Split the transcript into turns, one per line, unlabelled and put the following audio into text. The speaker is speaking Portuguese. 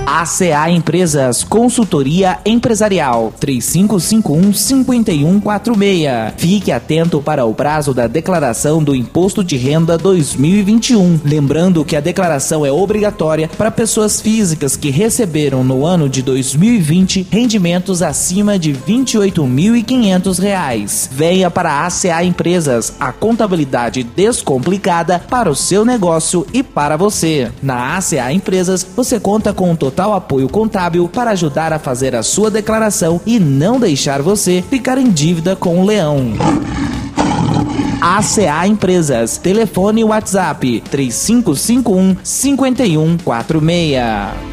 ACA Empresas, consultoria empresarial, 3551-5146. Fique atento para o prazo da declaração do Imposto de Renda 2021. Lembrando que a declaração é obrigatória para pessoas físicas que receberam no ano de 2020 rendimentos acima de R$ 28.500. Venha para a ACA Empresas, a contabilidade descomplicada para o seu negócio e para você. Na ACA Empresas, você conta com um total apoio contábil para ajudar a fazer a sua declaração e não deixar você ficar em dívida com o leão. ACA Empresas, telefone WhatsApp 3551-5146.